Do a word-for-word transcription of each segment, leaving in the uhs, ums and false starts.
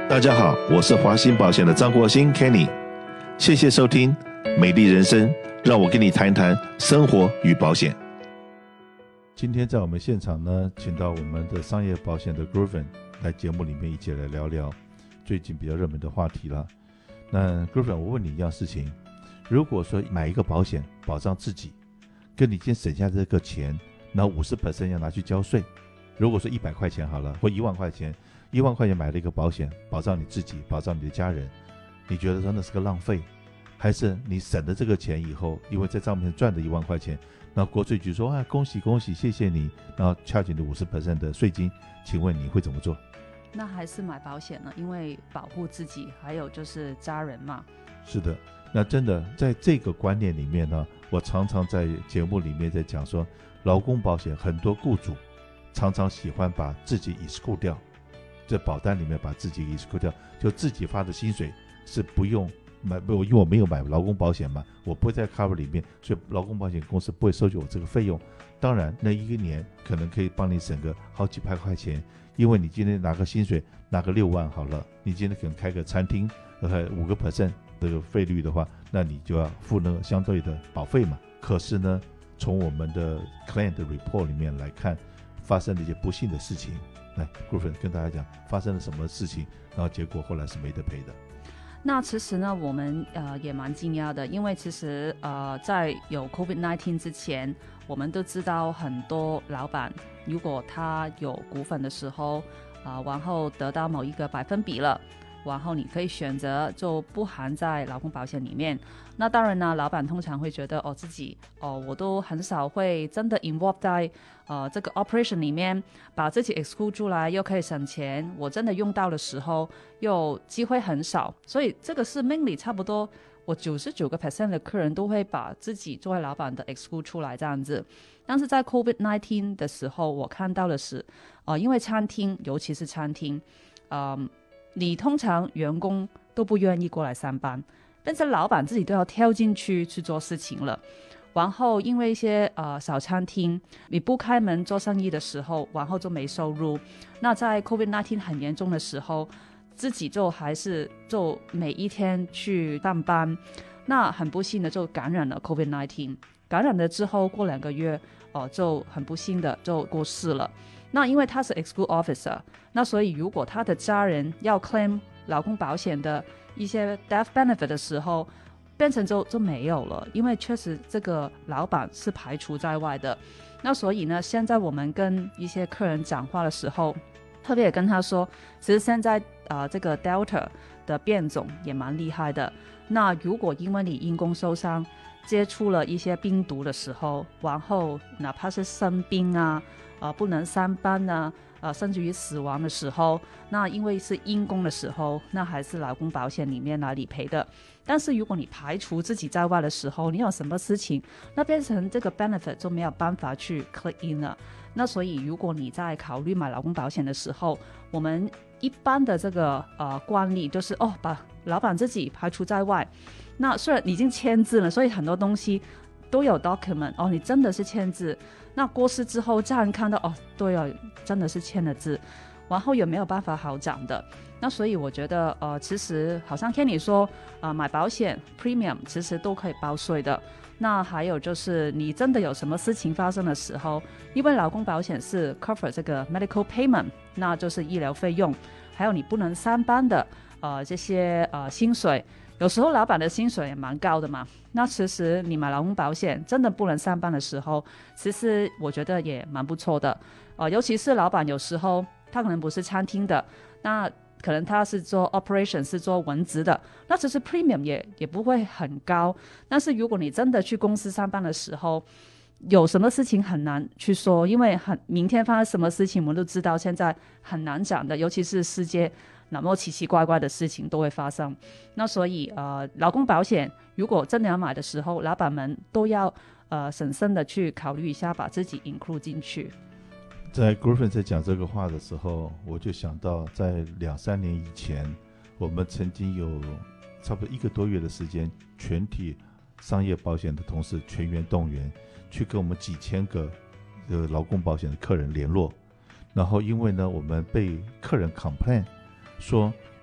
大家好，我是华兴保险的张国兴 Kenny， 谢谢收听美丽人生，让我跟你谈谈生活与保险。今天在我们现场呢，请到我们的商业保险的 Griffin 来节目里面一起来聊聊最近比较热门的话题了。那 Griffin， 我问你一样事情，如果说买一个保险保障自己，跟你今天省下这个钱，然后 百分之五十 要拿去交税，如果说一百块钱好了，或一万块钱，一万块钱买了一个保险，保障你自己，保障你的家人，你觉得真的是个浪费？还是你省了这个钱以后，因为在账面赚的一万块钱，那国税局说啊，恭喜恭喜，谢谢你，然后charge你 百分之五十 的税金，请问你会怎么做？ 那还是买保险呢，因为保护自己，还有就是家人嘛。是的，那真的在这个观念里面呢，我常常在节目里面在讲说，劳工保险很多雇主常常喜欢把自己 exclude 掉，在保单里面把自己 exclude 掉，就自己发的薪水是不用买，因为我没有买劳工保险嘛，我不会在 cover 里面，所以劳工保险公司不会收取我这个费用。当然那一个年可能可以帮你省个好几百块钱，因为你今天拿个薪水拿个六万好了，你今天可能开个餐厅呃五个 percent 这个费率的话，那你就要付那个相对的保费嘛。可是呢，从我们的 client 的 report 里面来看，发生了一些不幸的事情。来 Griffin 跟大家讲发生了什么事情，然后结果后来是没得赔的。 那其实呢，我们呃也蛮惊讶的，因为其实呃在有 COVID 十九 之前，我们都知道很多老板，如果他有股份的时候，啊、呃，然后得到某一个百分比了，然后你可以选择就不含在劳工保险里面。那当然呢，老板通常会觉得哦自己哦我都很少会真的 involve 在呃这个 operation 里面，把自己 exclude 出来，又可以省钱，我真的用到的时候又机会很少，所以这个是 mainly 差不多我 百分之九十九 的客人都会把自己作为老板的 exclude 出来这样子。但是在 COVID 十九 的时候，我看到的是呃因为餐厅，尤其是餐厅呃你通常员工都不愿意过来上班，但是老板自己都要跳进去去做事情了。然后因为一些呃小餐厅你不开门做生意的时候，然后就没收入。那在 COVID 十九 很严重的时候，自己就还是就每一天去上班，那很不幸的就感染了 COVID 十九， 感染了之后过两个月哦，就很不幸的就过世了。那因为他是 exclude officer， 那所以如果他的家人要 claim 劳工保险的一些 death benefit 的时候，变成就就没有了，因为确实这个老板是排除在外的。那所以呢，现在我们跟一些客人讲话的时候，特别也跟他说，其实现在、呃、这个 Delta 的变种也蛮厉害的。那如果因为你因公受伤接触了一些病毒的时候，然后哪怕是生病啊、呃、不能上班啊、呃、甚至于死亡的时候，那因为是因公的时候，那还是劳工保险里面来理赔的。但是如果你排除自己在外的时候，你有什么事情，那变成这个 benefit 就没有办法去 click in 了。那所以如果你在考虑买劳工保险的时候，我们一般的这个呃惯例就是哦，把老板自己排除在外。那虽然你已经签字了，所以很多东西都有 document 哦，你真的是签字。那过世之后家人看到哦，对哦，真的是签了字，然后也没有办法好讲的。那所以我觉得呃，其实好像 Kenny 说呃，买保险 premium 其实都可以包税的。那还有就是你真的有什么事情发生的时候，因为劳工保险是 cover 这个 medical payment， 那就是医疗费用，还有你不能上班的呃这些呃薪水，有时候老板的薪水也蛮高的嘛。那其实你买劳工保险真的不能上班的时候，其实我觉得也蛮不错的。呃，尤其是老板有时候他可能不是餐厅的，那可能他是做 operation 是做文职的，那其实 premium 也也不会很高。但是如果你真的去公司上班的时候，有什么事情很难去说，因为很明天发生什么事情我们都知道，现在很难讲的，尤其是世界那么奇奇怪怪的事情都会发生。那所以呃，劳工保险如果真的要买的时候，老板们都要呃审慎的去考虑一下，把自己 include 进去。 在 Griffin 在讲这个话的时候，我就想到在两三年以前，我们曾经有差不多一个多月的时间，全体商业保险的同事全员动员，去跟我们几千个呃劳工保险的客人联络。然后因为呢，我们被客人 complain 说，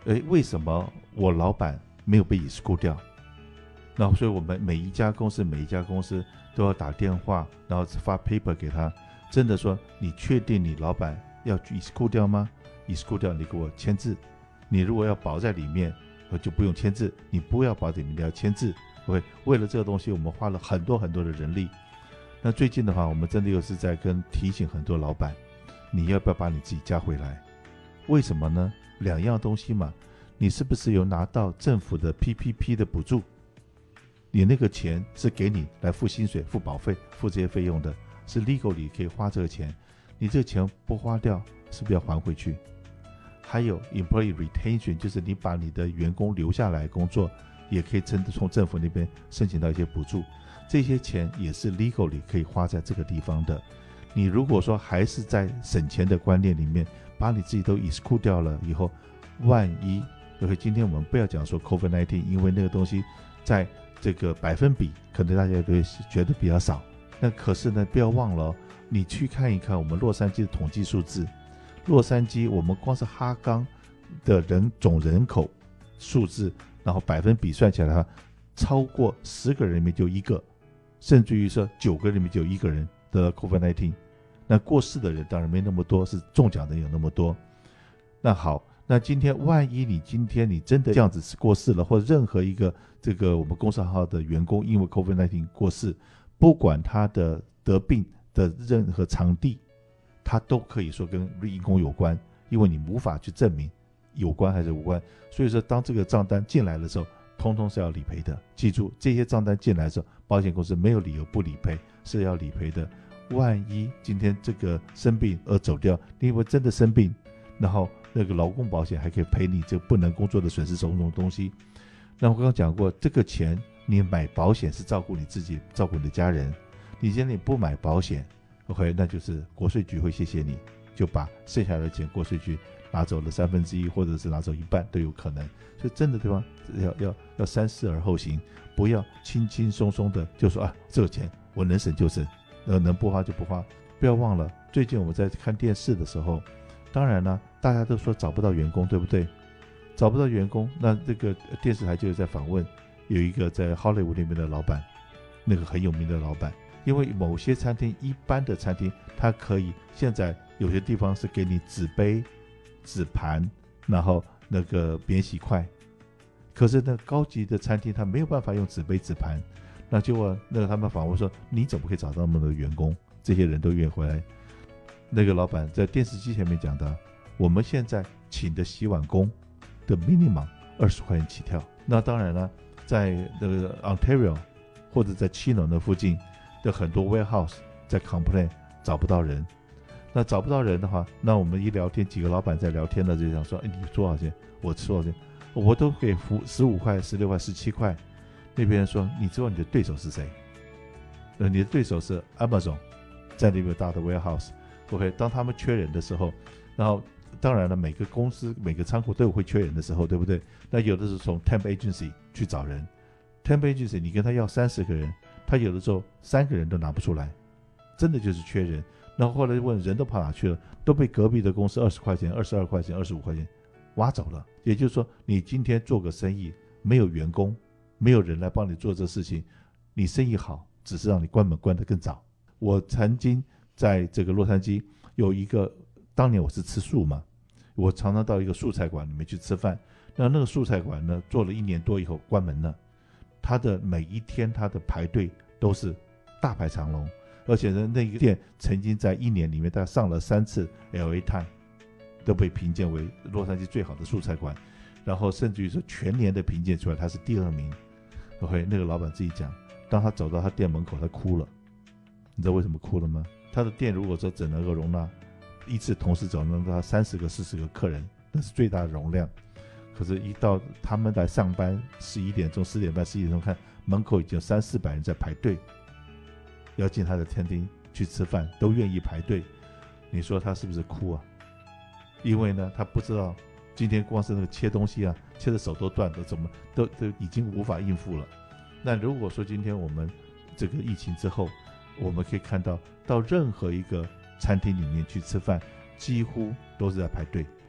诶，为什么我老板没有被 exclude 掉？然后所以我们每一家公司每一家公司都要打电话，然后发 paper 给他，真的说你确定你老板要 exclude 掉吗？ exclude 掉你给我签字，你如果要保在里面就不用签字，你不要保在里面要签字。OK， 为了这个东西我们花了很多很多的人力。那最近的话我们真的又是在跟提醒很多老板，你要不要把你自己加回来？为什么呢？两样东西嘛，你是不是有拿到政府的 P P P 的补助？你那个钱是给你来付薪水付保费付这些费用的，是 legally 可以花这个钱，你这个钱不花掉是不是要还回去？还有 employee retention， 就是你把你的员工留下来工作，也可以真的从政府那边申请到一些补助，这些钱也是 legally 可以花在这个地方的。你如果说还是在省钱的观念里面把你自己都 exclude 掉了以后，万一 OK， 今天我们不要讲说 COVID 十九， 因为那个东西在这个百分比可能大家都会觉得比较少，那可是呢不要忘了、哦、你去看一看我们洛杉矶的统计数字，洛杉矶我们光是哈冈的人总人口数字，然后百分比算起来超过十个人里面就一个，甚至于说九个人里面就有一个人得 COVID 十九， 那过世的人当然没那么多，是中奖的有那么多。那好，那今天万一你今天你真的这样子过世了，或者任何一个这个我们公司号的员工因为 COVID 十九 过世，不管他的得病的任何场地，他都可以说跟因公有关，因为你无法去证明有关还是无关。所以说当这个账单进来的时候通通是要理赔的，记住这些账单进来的时候保险公司没有理由不理赔，是要理赔的。万一今天这个生病而走掉，你以为真的生病，然后那个劳工保险还可以赔你这不能工作的损失种种东西。那我刚刚讲过，这个钱你买保险是照顾你自己照顾你的家人，你今天你不买保险 OK， 那就是国税局会谢谢你，就把剩下的钱国税局拿走了三分之一或者是拿走一半都有可能。所以真的对吧，要要要三思而后行，不要轻轻松松的就说啊这个钱我能省就省，呃能不花就不花。不要忘了最近我们在看电视的时候，当然呢大家都说找不到员工，对不对？找不到员工，那这个电视台就在访问有一个在 Hollywood 里面的老板，那个很有名的老板，因为某些餐厅一般的餐厅它可以现在有些地方是给你纸杯纸盘然后那个免洗筷，可是呢高级的餐厅它没有办法用纸杯纸盘，那就那个他们访问说你怎么可以找到那么多员工，这些人都愿意回来。那个老板在电视机前面讲的，我们现在请的洗碗工的 minimum 二十块钱起跳。那当然了，在那个 Ontario 或者在 Chino 那附近的很多 warehouse 在 complain 找不到人。那找不到人的话，那我们一聊天，几个老板在聊天的就想说，哎，你多少钱？我多少钱？我都给十五块、十六块、十七块。那边人说，你知道你的对手是谁？呃，你的对手是 Amazon， 在那边大的 warehouse。OK， 当他们缺人的时候，然后当然了，每个公司每个仓库都有会缺人的时候，对不对？那有的是从 temp agency 去找人 ，temp agency 你跟他要三十个人，他有的时候三个人都拿不出来，真的就是缺人。然后后来问人都跑哪去了，都被隔壁的公司二十块钱、二十二块钱、二十五块钱挖走了。也就是说，你今天做个生意，没有员工，没有人来帮你做这事情，你生意好，只是让你关门关得更早。我曾经在这个洛杉矶有一个，当年我是吃素嘛，我常常到一个素菜馆里面去吃饭。那那个素菜馆呢，做了一年多以后关门了，他的每一天他的排队都是大排长龙。而且呢，那个店曾经在一年里面，他上了三次 L A Times， 都被评鉴为洛杉矶最好的素菜馆，然后甚至于说全年的评鉴出来，他是第二名。OK， 那个老板自己讲，当他走到他店门口，他哭了。你知道为什么哭了吗？他的店如果说只能够容纳一次同时走能到三十个、四十个客人，那是最大的容量。可是，一到他们来上班，十一点钟、十点半、十一点钟看门口已经有三四百人在排队。要进他的餐厅去吃饭都愿意排队，你说他是不是哭啊？因为呢他不知道今天光是那个切东西啊，切的手都断了，怎么都都已经无法应付了。那如果说今天我们这个疫情之后，我们可以看到到任何一个餐厅里面去吃饭几乎都是在排队，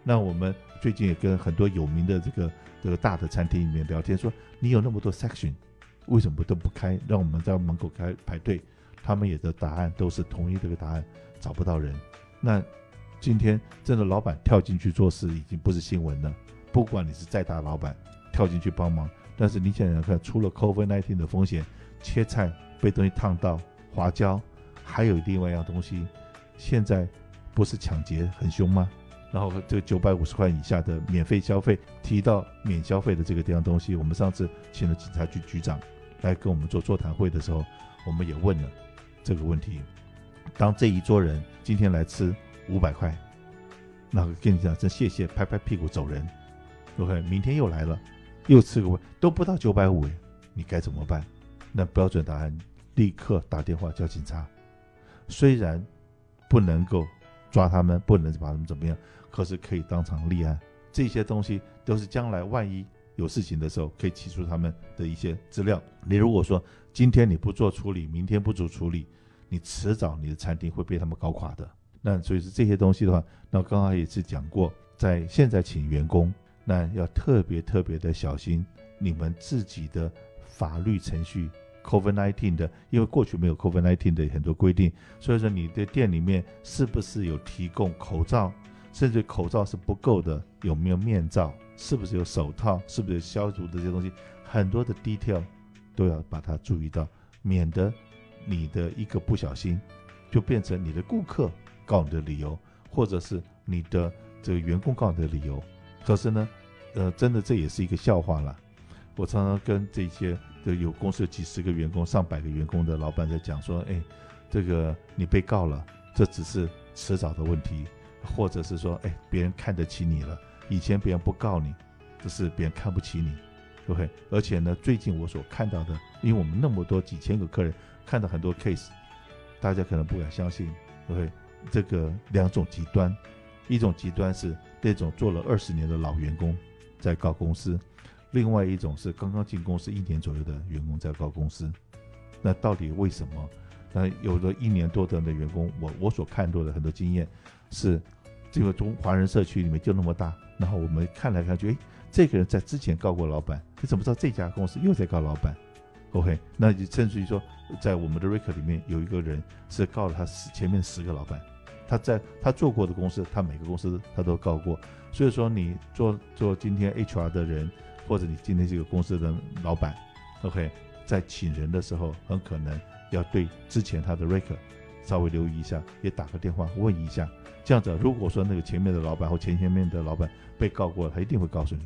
那我们最近也跟很多有名的这个这个大的餐厅里面聊天，说你有那么多 section， 为什么都不开，让我们在门口开排队？他们也的答案都是同一这个答案，找不到人。那今天真的老板跳进去做事已经不是新闻了，不管你是再大老板跳进去帮忙，但是你想想看，除了 COVID 十九 的风险，切菜被东西烫到滑胶，还有另外一样东西，现在不是抢劫很凶吗？然后这个九百五十块以下的免费消费，提到免消费的这个地方东西，我们上次请了警察局局长来跟我们做座谈会的时候，我们也问了这个问题。当这一桌人今天来吃五百块，那跟你讲真谢谢，拍拍屁股走人。OK， 明天又来了，又吃个都不到九百五，你该怎么办？那标准答案，立刻打电话叫警察。虽然不能够抓他们，不能把他们怎么样，可是可以当场立案。这些东西都是将来万一有事情的时候可以起诉他们的一些资料。你如果说今天你不做处理，明天不做处理，你迟早你的餐厅会被他们搞垮的。那所以是这些东西的话，那刚刚也是讲过，在现在请员工，那要特别特别的小心你们自己的法律程序 COVID 十九 的，因为过去没有 COVID 十九 的很多规定，所以说你的店里面是不是有提供口罩，甚至口罩是不够的，有没有面罩，是不是有手套，是不是有消毒的这些东西，很多的 detail 都要把它注意到，免得你的一个不小心就变成你的顾客告你的理由，或者是你的这个员工告你的理由。可是呢呃，真的这也是一个笑话了。我常常跟这些有公司有几十个员工上百个员工的老板在讲说，哎，这个你被告了，这只是迟早的问题，或者是说哎，别人看得起你了，以前别人不告你，这是别人看不起你，对不对？而且呢最近我所看到的，因为我们那么多几千个客人看到很多 case， 大家可能不敢相信，对不对？这个两种极端，一种极端是那种做了二十年的老员工在告公司，另外一种是刚刚进公司一年左右的员工在告公司。那到底为什么？那有的一年多的员工，我我所看到的很多经验是，这个中华人社区里面就那么大，然后我们看来看去，哎，这个人在之前告过老板，你怎么知道这家公司又在告老板 ？OK， 那甚至于说，在我们的 record 里面有一个人是告了他前面十个老板。他在他做过的公司，他每个公司他都告过，所以说你做做今天 H R 的人，或者你今天这个公司的老板 ，OK， 在请人的时候，很可能要对之前他的 record 稍微留意一下，也打个电话问一下，这样子，如果说那个前面的老板或前前面的老板被告过，他一定会告诉你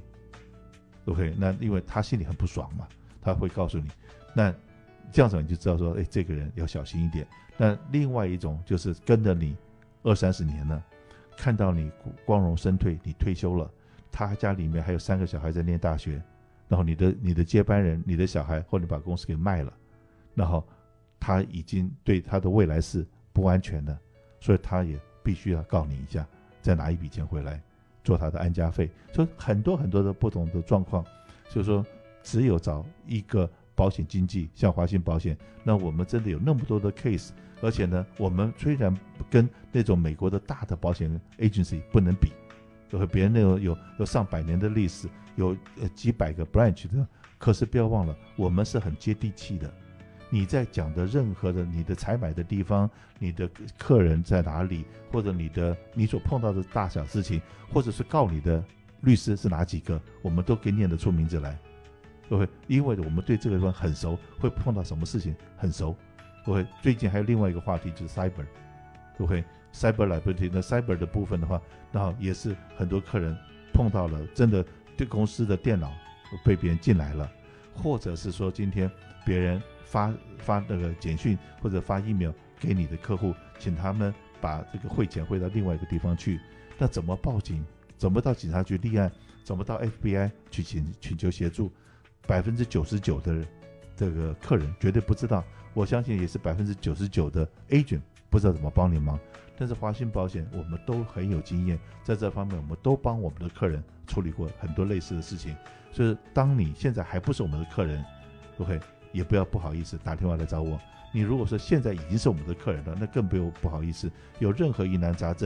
，OK， 那因为他心里很不爽嘛，他会告诉你，那这样子你就知道说，哎，这个人要小心一点。那另外一种就是跟着你二三十年了，看到你光荣身退，你退休了，他家里面还有三个小孩在念大学，然后你的你的接班人，你的小孩或者把公司给卖了，然后他已经对他的未来是不安全的，所以他也必须要告你一下，再拿一笔钱回来做他的安家费。所以很多很多的不同的状况，就是说只有找一个保险经纪，像华信保险，那我们真的有那么多的 case， 而且呢，我们虽然跟那种美国的大的保险 agency 不能比，和别人那种有有上百年的历史，有呃几百个 branch 的，可是不要忘了，我们是很接地气的。你在讲的任何的你的采买的地方，你的客人在哪里，或者你的你所碰到的大小事情，或者是告你的律师是哪几个，我们都可以念得出名字来，对不对？因为我们对这个地方很熟，会碰到什么事情很熟，对不对？最近还有另外一个话题就是 cyber， 对不对？ cyber liability， 那 cyber 的部分的话，那也是很多客人碰到了，真的对公司的电脑被别人进来了，或者是说今天别人发发那个简讯或者发 email 给你的客户，请他们把这个汇钱汇到另外一个地方去，那怎么报警？怎么到警察局立案？怎么到 F B I 去请请求协助？百分之九十九的这个客人绝对不知道，我相信也是百分之九十九的 agent 不知道怎么帮你忙。但是华信保险我们都很有经验，在这方面我们都帮我们的客人处理过很多类似的事情，所以当你现在还不是我们的客人，对不对？也不要不好意思打电话来找我。你如果说现在已经是我们的客人了，那更不用不好意思，有任何疑难杂症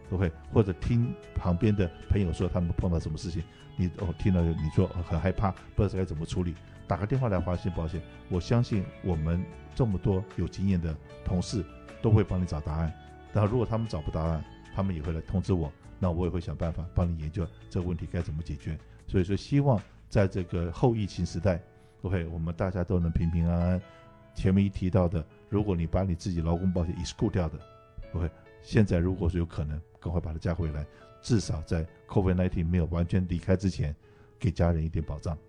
，OK，或者听旁边的朋友说他们碰到什么事情，你哦听了你说、哦、很害怕，不知道该怎么处理，打个电话来华信保险，我相信我们这么多有经验的同事都会帮你找答案。然后如果他们找不到答案，他们也会来通知我，那我也会想办法帮你研究这个问题该怎么解决。所以说希望在这个后疫情时代 OK， 我们大家都能平平安安。前面一提到的，如果你把你自己劳工保险 exclude 掉的 OK， 现在如果是有可能赶快把它加回来，至少在 COVID 十九 没有完全离开之前给家人一点保障。